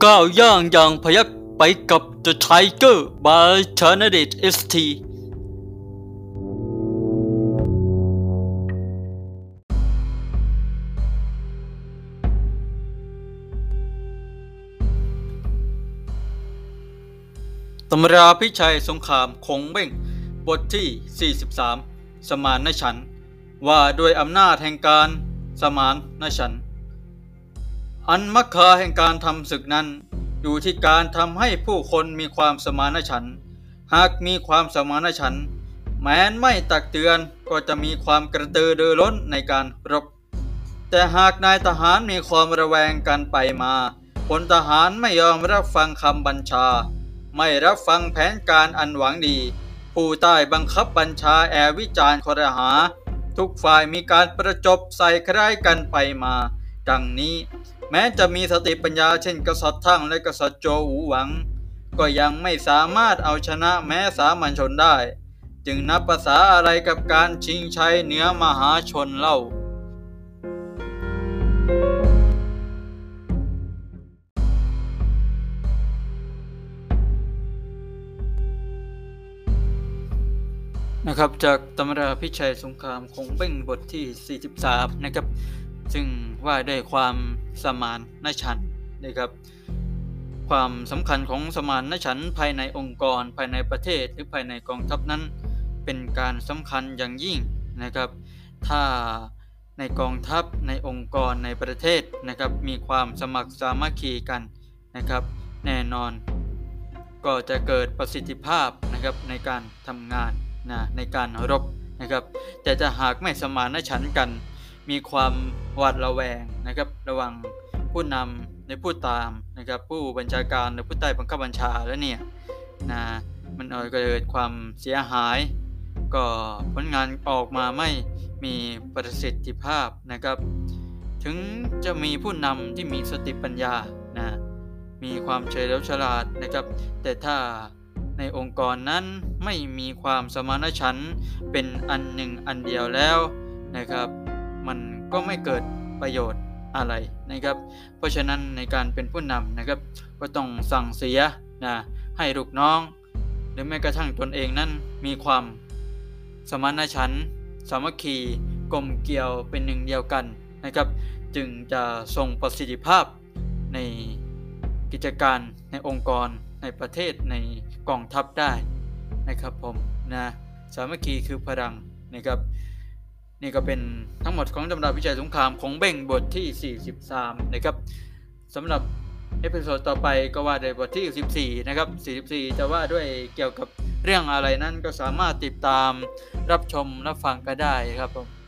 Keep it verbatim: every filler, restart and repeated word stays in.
ก้าวย่างอย่างพยักไปกับ The Tiger by Chanadit เอส ที ตำราพิชัยสงครามคงเบ้งบทที่ สี่สิบสาม สมานฉันท์ว่าด้วยอำนาจแห่งการสมานฉันท์อันมรรคาแห่งการทำศึกนั้นอยู่ที่การทำให้ผู้คนมีความสมานฉันท์หากมีความสมานฉันท์แม้นไม่ตักเตือนก็จะมีความกระตือรือร้นในการรบแต่หากนายทหารมีความระแวงกันไปมาพลทหารไม่ยอมรับฟังคำบัญชาไม่รับฟังแผนการอันหวังดีผู้ใต้บังคับบัญชาแอบวิจารณ์ครหาทุกฝ่ายมีการประจบใส่คล้ายกันไปมาดังนี้แม้จะมีสติปัญญาเช่นกษัตริย์ทั้งและกษัตริย์โจหูหวังก็ยังไม่สามารถเอาชนะแม้สามัญชนได้จึงนับภาษาอะไรกับการชิงชัยเหนือมหาชนเล่านะครับจากตำราพิชัยสงครามคงเบ้งบทที่ สี่สิบสาม นะครับซึ่งว่าด้วยความสมานฉันท์นะครับความสำคัญของสมานฉันท์ภายในองค์กรภายในประเทศหรือภายในกองทัพนั้นเป็นการสำคัญอย่างยิ่งนะครับถ้าในกองทัพในองค์กรในประเทศนะครับมีความสมัครสามัคคีกันนะครับแน่นอนก็จะเกิดประสิทธิภาพนะครับในการทำงานนะในการรบนะครับแต่ถ้าหากไม่สมานฉันท์กันมีความหวาดระแวงนะครับระหว่างผู้นำในผู้ตามนะครับผู้บัญชาการหรือผู้ใต้บังคับบัญชาแล้วเนี่ยนะมันอาจจะเกิดความเสียหายก็ผลงานออกมาไม่มีประสิทธิภาพนะครับถึงจะมีผู้นำที่มีสติปัญญานะมีความเฉลียวฉลาดนะครับแต่ถ้าในองค์กรนั้นไม่มีความสมานฉันท์เป็นอันหนึ่งอันเดียวแล้วนะครับมันก็ไม่เกิดประโยชน์อะไรนะครับเพราะฉะนั้นในการเป็นผู้นำนะครับก็ต้องสั่งเสียนะให้ลูกน้องหรือแม้กระทั่งตนเองนั้นมีความสมานฉันท์สามัคคีกลมเกลียวเป็นหนึ่งเดียวกันนะครับจึงจะส่งประสิทธิภาพในกิจการในองค์กรในประเทศในกองทัพได้นะครับผมนะสามัคคีคือพลังนะครับนี่ก็เป็นทั้งหมดของตำราพิชัยสงครามของเบ้งบทที่ สี่สิบสาม นะครับสำหรับเอพิโซดต่อไปก็ว่าในบทที่ สิบสี่ นะครับ สี่สิบสี่ จะว่าด้วยเกี่ยวกับเรื่องอะไรนั้นก็สามารถติดตามรับชมรับฟังกันได้ครับผม